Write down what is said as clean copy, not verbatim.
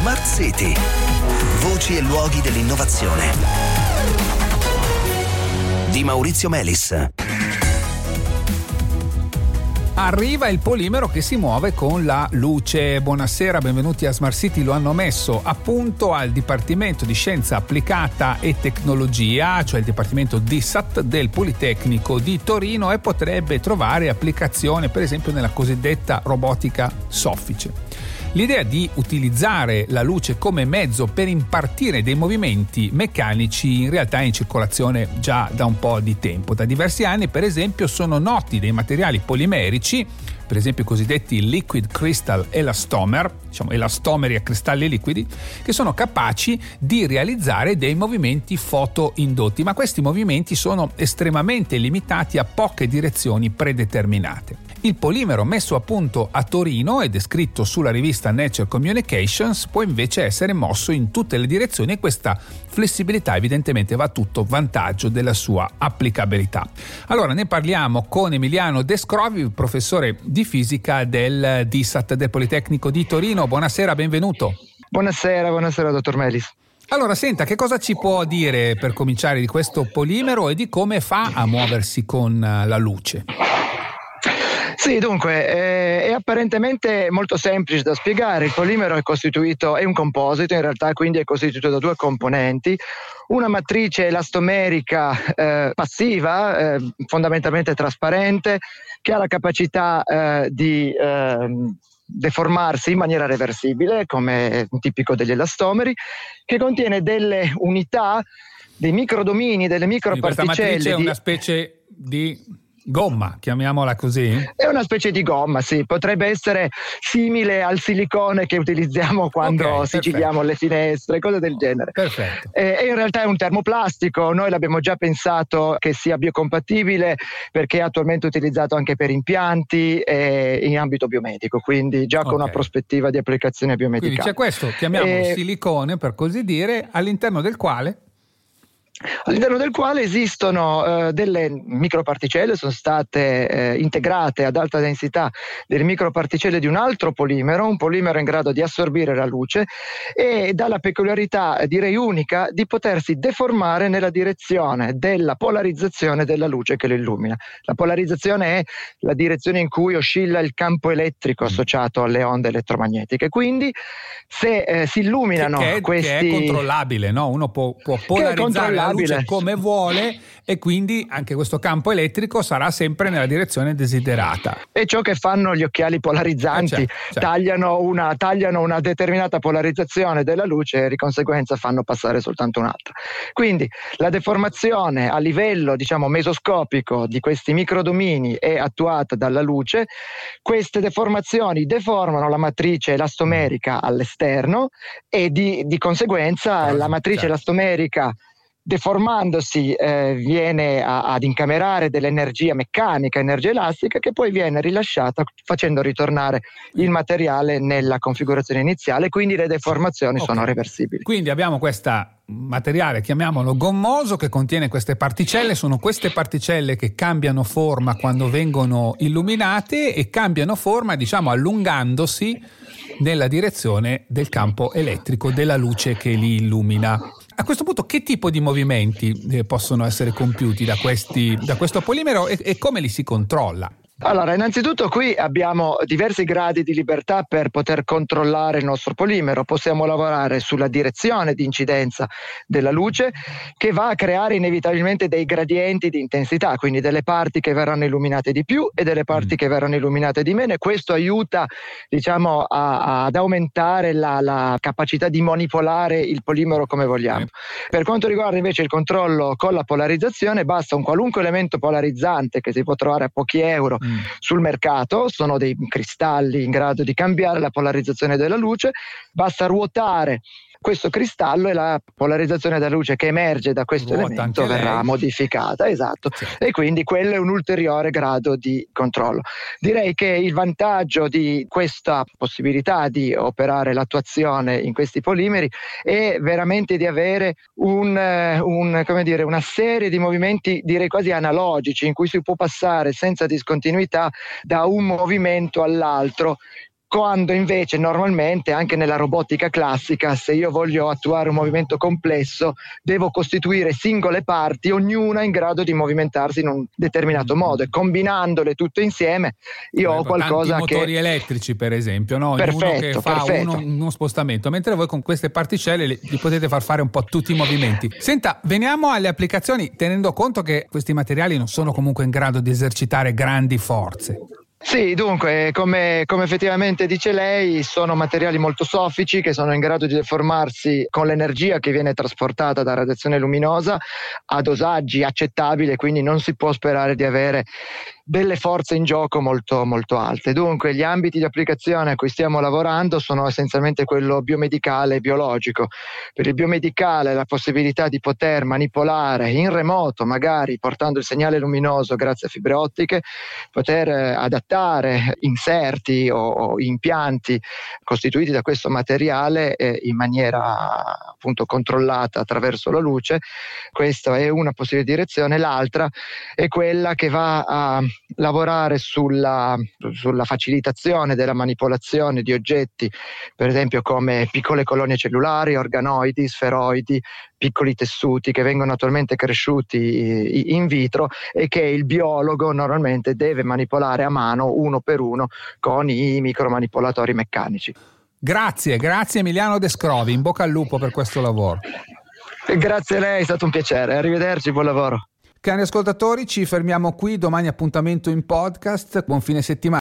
Smart City. Voci e luoghi dell'innovazione. Di Maurizio Melis. Arriva il polimero che si muove con la luce. Buonasera, benvenuti a Smart City. Lo hanno messo a punto al Dipartimento di Scienza Applicata e Tecnologia, cioè il Dipartimento DISAT del Politecnico di Torino, e potrebbe trovare applicazione per esempio nella cosiddetta robotica soffice. L'idea di utilizzare la luce come mezzo per impartire dei movimenti meccanici in realtà è in circolazione già da un po' di tempo. Da diversi anni, per esempio, sono noti dei materiali polimerici, per esempio i cosiddetti liquid crystal elastomer, diciamo elastomeri a cristalli liquidi, che sono capaci di realizzare dei movimenti fotoindotti, ma questi movimenti sono estremamente limitati a poche direzioni predeterminate. Il polimero messo a punto a Torino e descritto sulla rivista Nature Communications può invece essere mosso in tutte le direzioni, e questa flessibilità evidentemente va a tutto vantaggio della sua applicabilità. Allora ne parliamo con Emiliano Descrovi, professore di fisica del DISAT del Politecnico di Torino. Buonasera, benvenuto. Buonasera dottor Melis. Allora, senta, che cosa ci può dire per cominciare di questo polimero e di come fa a muoversi con la luce? Sì, dunque, è apparentemente molto semplice da spiegare. Il polimero è un composito, in realtà, quindi è costituito da due componenti: una matrice elastomerica passiva, fondamentalmente trasparente, che ha la capacità di deformarsi in maniera reversibile, come è tipico degli elastomeri, che contiene delle unità, dei microdomini, delle microparticelle. Questa matrice è una specie di gomma, chiamiamola così? È una specie di gomma, sì, potrebbe essere simile al silicone che utilizziamo quando sigilliamo le finestre, cose del genere. Perfetto. E in realtà è un termoplastico, noi l'abbiamo già pensato che sia biocompatibile perché è attualmente utilizzato anche per impianti e in ambito biomedico, quindi già con una prospettiva di applicazione biomedicale. Quindi c'è questo, chiamiamolo silicone per così dire, all'interno del quale esistono delle microparticelle, sono state integrate ad alta densità delle microparticelle di un altro polimero, un polimero in grado di assorbire la luce e dà la peculiarità, direi unica, di potersi deformare nella direzione della polarizzazione della luce che lo illumina. La polarizzazione è la direzione in cui oscilla il campo elettrico associato alle onde elettromagnetiche, quindi se si illuminano questi... Che è controllabile, no? Uno può polarizzare la luce come vuole e quindi anche questo campo elettrico sarà sempre nella direzione desiderata. È ciò che fanno gli occhiali polarizzanti, certo. tagliano una determinata polarizzazione della luce e di conseguenza fanno passare soltanto un'altra. Quindi la deformazione a livello, diciamo, mesoscopico di questi microdomini è attuata dalla luce. Queste deformazioni deformano la matrice elastomerica all'esterno e di conseguenza la matrice elastomerica, deformandosi, viene ad incamerare dell'energia meccanica, energia elastica, che poi viene rilasciata facendo ritornare il materiale nella configurazione iniziale, quindi le deformazioni sono reversibili. Quindi abbiamo questo materiale, chiamiamolo gommoso, che contiene queste particelle. Sono queste particelle che cambiano forma quando vengono illuminate e cambiano forma, diciamo, allungandosi nella direzione del campo elettrico della luce che li illumina. A questo punto, che tipo di movimenti possono essere compiuti da questo polimero e come li si controlla? Allora, innanzitutto qui abbiamo diversi gradi di libertà per poter controllare il nostro polimero. Possiamo lavorare sulla direzione di incidenza della luce, che va a creare inevitabilmente dei gradienti di intensità, quindi delle parti che verranno illuminate di più e delle parti che verranno illuminate di meno, e questo aiuta, diciamo, ad aumentare la capacità di manipolare il polimero come vogliamo. Per quanto riguarda invece il controllo con la polarizzazione, basta un qualunque elemento polarizzante che si può trovare a pochi euro sul mercato, sono dei cristalli in grado di cambiare la polarizzazione della luce, basta ruotare questo cristallo e la polarizzazione della luce che emerge da questo elemento verrà modificata, esatto, e quindi quello è un ulteriore grado di controllo. Direi che il vantaggio di questa possibilità di operare l'attuazione in questi polimeri è veramente di avere una serie di movimenti, direi quasi analogici, in cui si può passare senza discontinuità da un movimento all'altro, quando invece normalmente anche nella robotica classica, se io voglio attuare un movimento complesso, devo costituire singole parti, ognuna in grado di movimentarsi in un determinato modo, e combinandole tutte insieme io ho qualcosa tanti motori elettrici, per esempio, no? Perfetto, che fa uno spostamento, mentre voi con queste particelle li potete far fare un po' tutti i movimenti. Senta, veniamo alle applicazioni, tenendo conto che questi materiali non sono comunque in grado di esercitare grandi forze. Sì, dunque, come effettivamente dice lei, sono materiali molto soffici che sono in grado di deformarsi con l'energia che viene trasportata da radiazione luminosa a dosaggi accettabili, quindi non si può sperare di avere delle forze in gioco molto, molto alte. Dunque, gli ambiti di applicazione a cui stiamo lavorando sono essenzialmente quello biomedicale e biologico. Per il biomedicale la possibilità di poter manipolare in remoto, magari portando il segnale luminoso grazie a fibre ottiche, poter adattare inserti o impianti costituiti da questo materiale in maniera appunto controllata attraverso la luce. Questa è una possibile direzione. L'altra è quella che va a lavorare sulla facilitazione della manipolazione di oggetti, per esempio come piccole colonie cellulari, organoidi, sferoidi, piccoli tessuti che vengono attualmente cresciuti in vitro e che il biologo normalmente deve manipolare a mano uno per uno con i micromanipolatori meccanici. Grazie Emiliano Descrovi, in bocca al lupo per questo lavoro. Grazie a lei, è stato un piacere, arrivederci, buon lavoro. Cari ascoltatori, ci fermiamo qui, domani appuntamento in podcast, buon fine settimana.